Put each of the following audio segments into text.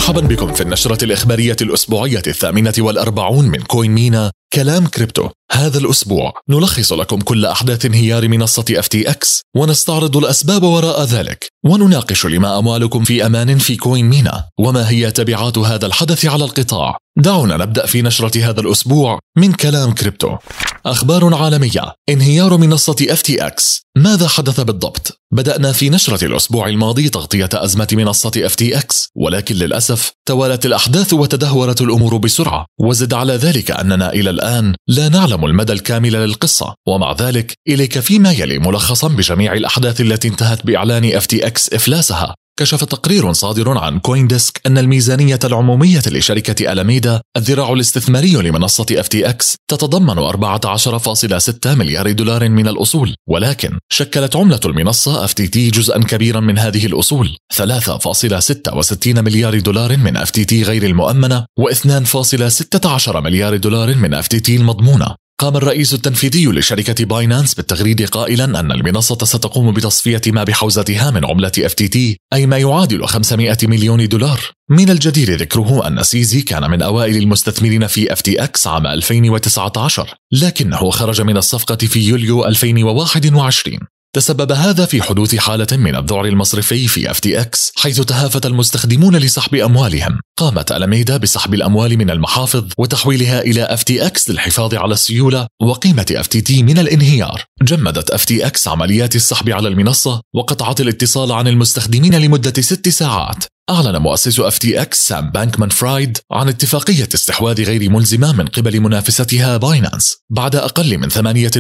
مرحبا بكم في النشرة الإخبارية الأسبوعية 48 من كوين مينا كلام كريبتو. هذا الأسبوع نلخص لكم كل أحداث انهيار منصة FTX ونستعرض الأسباب وراء ذلك، ونناقش لما أموالكم في أمان في كوين مينا وما هي تبعات هذا الحدث على القطاع. دعونا نبدأ في نشرة هذا الأسبوع من كلام كريبتو. أخبار عالمية. انهيار منصة FTX، ماذا حدث بالضبط؟ بدأنا في نشرة الأسبوع الماضي تغطية أزمة منصة FTX، ولكن للأسف توالت الأحداث وتدهورت الأمور بسرعة، وزد على ذلك أننا إلى الآن لا نعلم المدى الكامل للقصة. ومع ذلك إليك فيما يلي ملخصا بجميع الأحداث التي انتهت بإعلان FTX إفلاسها. كشف تقرير صادر عن كوينديسك أن الميزانية العمومية لشركة ألاميدا الذراع الاستثماري لمنصة FTX تتضمن 14.6 مليار دولار من الأصول، ولكن شكلت عملة المنصة FTT جزءا كبيرا من هذه الأصول، 3.66 مليار دولار من FTT غير المؤمنة و2.16 مليار دولار من FTT المضمونة. قام الرئيس التنفيذي لشركة باينانس بالتغريد قائلا أن المنصة ستقوم بتصفية ما بحوزتها من عملة FTT، أي ما يعادل 500 مليون دولار. من الجدير ذكره أن سيزي كان من أوائل المستثمرين في FTX عام 2019، لكنه خرج من الصفقة في يوليو 2021. تسبب هذا في حدوث حالة من الذعر المصرفي في FTX، حيث تهافت المستخدمون لسحب أموالهم. قامت ألاميدا بسحب الأموال من المحافظ وتحويلها إلى FTX للحفاظ على السيولة وقيمة FTT من الانهيار. جمدت FTX عمليات السحب على المنصة وقطعت الاتصال عن المستخدمين لمدة 6 ساعات. أعلن مؤسس FTX سام بانكمان فرايد عن اتفاقية استحواذ غير ملزمة من قبل منافستها باينانس. بعد أقل من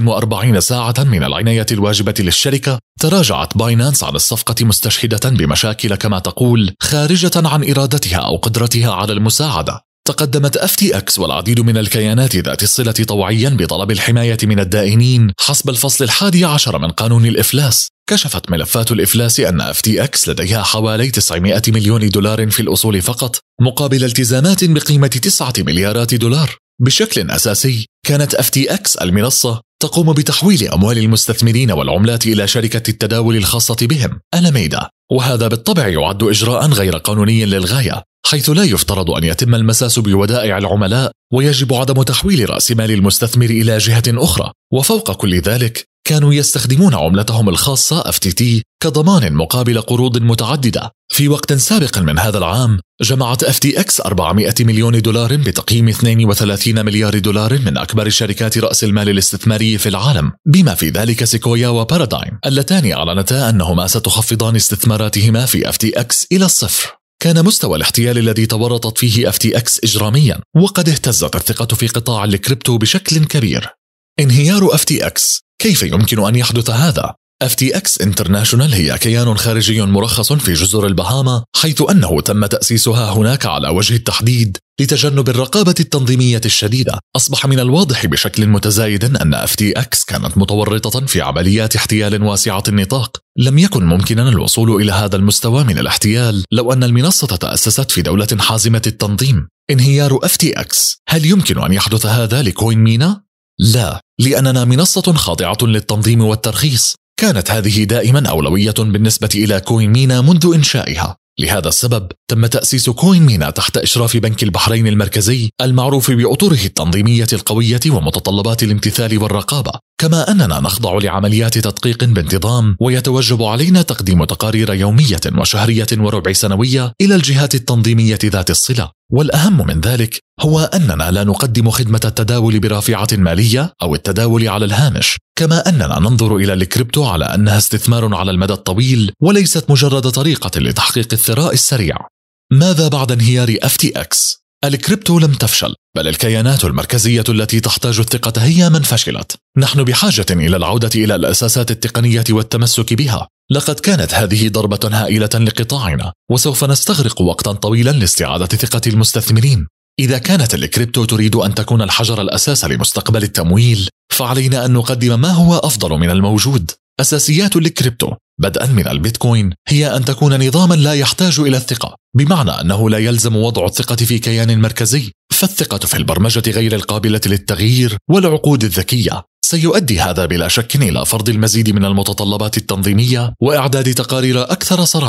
48 ساعة من العناية الواجبة للشركة، تراجعت باينانس عن الصفقة مستشهدة بمشاكل كما تقول خارجة عن إرادتها أو قدرتها على المساعدة. تقدمت FTX والعديد من الكيانات ذات الصلة طوعيا بطلب الحماية من الدائنين حسب الفصل 11 من قانون الإفلاس. كشفت ملفات الإفلاس أن FTX لديها حوالي 900 مليون دولار في الأصول فقط، مقابل التزامات بقيمة 9 مليارات دولار. بشكل أساسي كانت FTX المنصة تقوم بتحويل أموال المستثمرين والعملات إلى شركة التداول الخاصة بهم ألاميدا، وهذا بالطبع يعد إجراء غير قانوني للغاية، حيث لا يفترض أن يتم المساس بودائع العملاء، ويجب عدم تحويل رأس مال المستثمر إلى جهة أخرى. وفوق كل ذلك كانوا يستخدمون عملتهم الخاصة FTT كضمان مقابل قروض متعددة. في وقت سابق من هذا العام جمعت FTX 400 مليون دولار بتقييم 32 مليار دولار من أكبر شركات رأس المال الاستثماري في العالم، بما في ذلك سيكويا وبارادايم، اللتان أعلنتا أنهما ستخفضان استثماراتهما في FTX إلى الصفر. كان مستوى الاحتيال الذي تورطت فيه FTX إجراميا، وقد اهتزت الثقة في قطاع الكريبتو بشكل كبير. انهيار FTX، كيف يمكن أن يحدث هذا؟ FTX International هي كيان خارجي مرخص في جزر البهاما، حيث أنه تم تأسيسها هناك على وجه التحديد لتجنب الرقابة التنظيمية الشديدة. أصبح من الواضح بشكل متزايد أن FTX كانت متورطة في عمليات احتيال واسعة النطاق. لم يكن ممكنا الوصول إلى هذا المستوى من الاحتيال لو أن المنصة تأسست في دولة حازمة التنظيم. انهيار FTX، هل يمكن أن يحدث هذا لكوين مينا؟ لا، لأننا منصة خاضعة للتنظيم والترخيص. كانت هذه دائما أولوية بالنسبة إلى كوين مينا منذ إنشائها. لهذا السبب تم تأسيس كوين مينا تحت إشراف بنك البحرين المركزي المعروف بأطره التنظيمية القوية ومتطلبات الامتثال والرقابة، كما أننا نخضع لعمليات تدقيق بانتظام، ويتوجب علينا تقديم تقارير يومية وشهرية وربع سنوية إلى الجهات التنظيمية ذات الصلة. والأهم من ذلك هو أننا لا نقدم خدمة التداول برافعة مالية أو التداول على الهامش، كما أننا ننظر إلى الكريبتو على أنها استثمار على المدى الطويل وليست مجرد طريقة لتحقيق الثراء السريع. ماذا بعد انهيار FTX؟ الكريبتو لم تفشل، بل الكيانات المركزية التي تحتاج الثقة هي من فشلت. نحن بحاجة إلى العودة إلى الأساسات التقنية والتمسك بها. لقد كانت هذه ضربة هائلة لقطاعنا، وسوف نستغرق وقتا طويلا لاستعادة ثقة المستثمرين. إذا كانت الكريبتو تريد أن تكون الحجر الأساس لمستقبل التمويل، فعلينا أن نقدم ما هو أفضل من الموجود. أساسيات الكريبتو بدءا من البيتكوين هي أن تكون نظاما لا يحتاج إلى الثقة، بمعنى أنه لا يلزم وضع الثقة في كيان مركزي، فالثقة في البرمجة غير القابلة للتغيير والعقود الذكية. سيؤدي هذا بلا شك إلى فرض المزيد من المتطلبات التنظيمية وإعداد تقارير أكثر صرامة.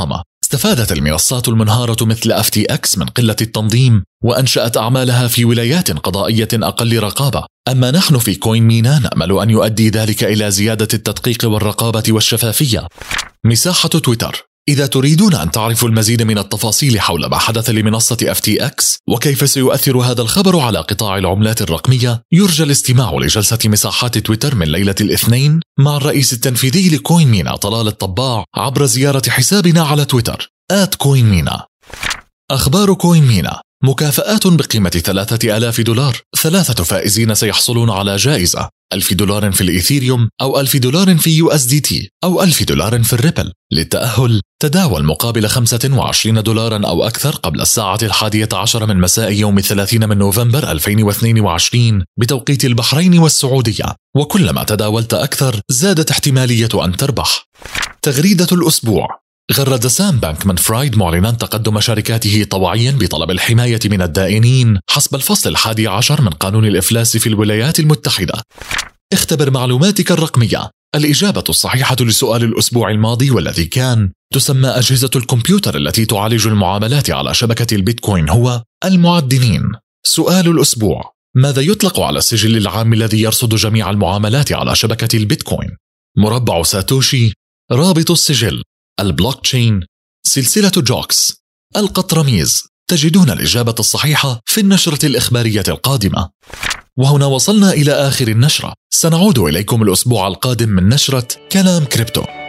استفادت المنصات المنهارة مثل FTX من قلة التنظيم وأنشأت أعمالها في ولايات قضائية أقل رقابة. أما نحن في كوين مينا نأمل أن يؤدي ذلك إلى زيادة التدقيق والرقابة والشفافية. مساحة تويتر. إذا تريدون أن تعرفوا المزيد من التفاصيل حول ما حدث لمنصة FTX وكيف سيؤثر هذا الخبر على قطاع العملات الرقمية، يرجى الاستماع لجلسة مساحات تويتر من ليلة الاثنين مع الرئيس التنفيذي لكوين مينا طلال الطباع عبر زيارة حسابنا على تويتر @كوين-مينا. أخبار كوين مينا. مكافآت بقيمة $3000. 3 فائزين سيحصلون على جائزة $1000 في الإيثيريوم أو $1000 في USDT أو $1000 في الريبل. للتأهل تداول مقابل $25 أو أكثر قبل الساعة 11 من مساء يوم 30 من نوفمبر 2022 بتوقيت البحرين والسعودية، وكلما تداولت أكثر زادت احتمالية أن تربح. تغريدة الأسبوع. غرد سام بانكمان-فريد معلنا تقدم شركاته طوعيا بطلب الحماية من الدائنين حسب الفصل 11 من قانون الإفلاس في الولايات المتحدة. اختبر معلوماتك الرقمية. الإجابة الصحيحة لسؤال الأسبوع الماضي والذي كان تسمى أجهزة الكمبيوتر التي تعالج المعاملات على شبكة البيتكوين هو المعدنين. سؤال الأسبوع. ماذا يطلق على السجل العام الذي يرصد جميع المعاملات على شبكة البيتكوين؟ مربع ساتوشي، رابط السجل، البلوكتشين، سلسلة جوكس، القطرميز. تجدون الإجابة الصحيحة في النشرة الإخبارية القادمة. وهنا وصلنا إلى آخر النشرة. سنعود إليكم الأسبوع القادم من نشرة كلام كريبتو.